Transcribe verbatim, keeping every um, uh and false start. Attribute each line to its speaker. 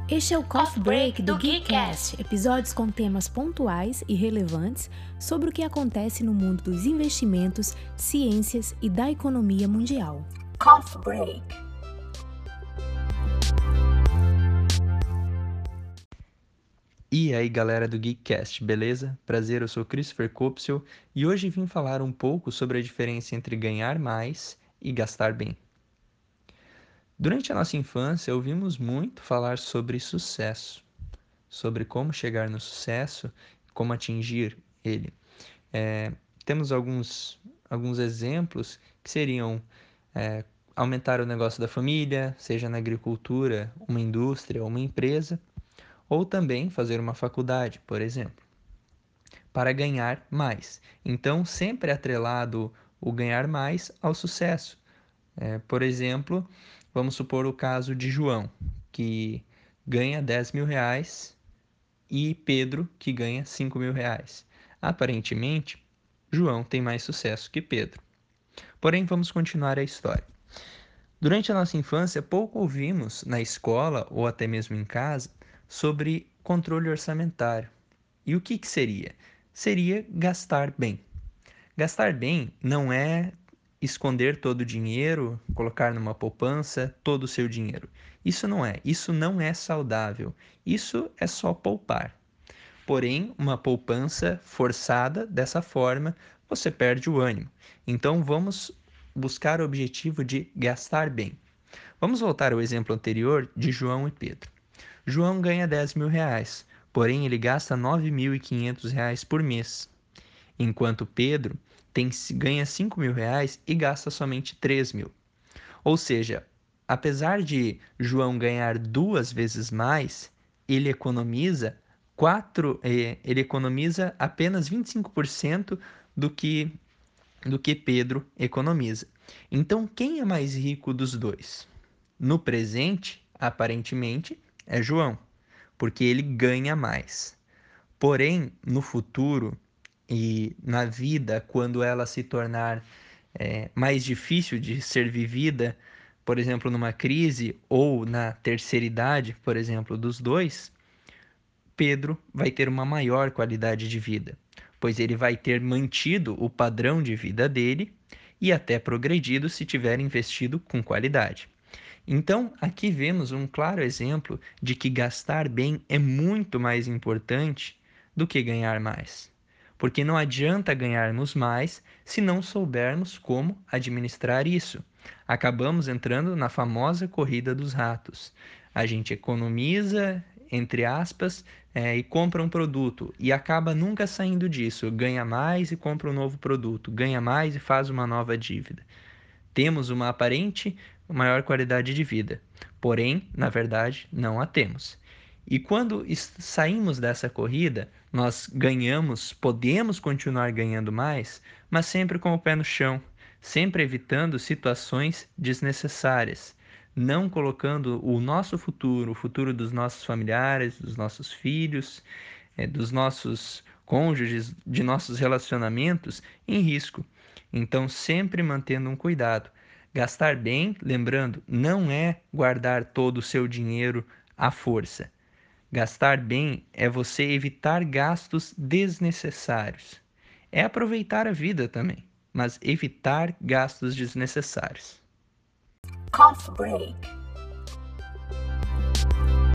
Speaker 1: Este é o Coffee Break do Geekcast, episódios com temas pontuais e relevantes sobre o que acontece no mundo dos investimentos, ciências e da economia mundial. Coffee Break.
Speaker 2: E aí galera do Geekcast, beleza? Prazer, eu sou Christopher Kopsel e hoje vim falar um pouco sobre a diferença entre ganhar mais e gastar bem. Durante a nossa infância, ouvimos muito falar sobre sucesso, sobre como chegar no sucesso, como atingir ele. É, temos alguns, alguns exemplos que seriam é, aumentar o negócio da família, seja na agricultura, uma indústria ou uma empresa, ou também fazer uma faculdade, por exemplo, para ganhar mais. Então, sempre atrelado o ganhar mais ao sucesso. É, por exemplo, vamos supor o caso de João, que ganha dez mil reais e Pedro, que ganha cinco mil reais. Aparentemente, João tem mais sucesso que Pedro. Porém, vamos continuar a história. Durante a nossa infância, pouco ouvimos na escola ou até mesmo em casa sobre controle orçamentário. E o que que seria? Seria gastar bem. Gastar bem não é esconder todo o dinheiro, colocar numa poupança todo o seu dinheiro. Isso não é. Isso não é saudável. Isso é só poupar. Porém, uma poupança forçada dessa forma, você perde o ânimo. Então, vamos buscar o objetivo de gastar bem. Vamos voltar ao exemplo anterior de João e Pedro. João ganha dez mil reais, porém ele gasta nove mil e quinhentos reais por mês, enquanto Pedro tem, ganha cinco mil reais e gasta somente três mil. Ou seja, apesar de João ganhar duas vezes mais, ele economiza quatro, eh, ele economiza apenas vinte e cinco por cento do que do que Pedro economiza. Então, quem é mais rico dos dois? No presente, aparentemente, é João, porque ele ganha mais. Porém, no futuro e na vida, quando ela se tornar é, mais difícil de ser vivida, por exemplo, numa crise ou na terceira idade, por exemplo, dos dois, Pedro vai ter uma maior qualidade de vida, pois ele vai ter mantido o padrão de vida dele e até progredido se tiver investido com qualidade. Então, aqui vemos um claro exemplo de que gastar bem é muito mais importante do que ganhar mais. Porque não adianta ganharmos mais se não soubermos como administrar isso. Acabamos entrando na famosa corrida dos ratos. A gente economiza, entre aspas, é, e compra um produto e acaba nunca saindo disso. Ganha mais e compra um novo produto, ganha mais e faz uma nova dívida. Temos uma aparente maior qualidade de vida, porém, na verdade, não a temos. E quando saímos dessa corrida, nós ganhamos, podemos continuar ganhando mais, mas sempre com o pé no chão, sempre evitando situações desnecessárias, não colocando o nosso futuro, o futuro dos nossos familiares, dos nossos filhos, é, dos nossos cônjuges, de nossos relacionamentos em risco. Então, sempre mantendo um cuidado. Gastar bem, lembrando, não é guardar todo o seu dinheiro à força. Gastar bem é você evitar gastos desnecessários. É aproveitar a vida também, mas evitar gastos desnecessários.
Speaker 1: Coffee Break.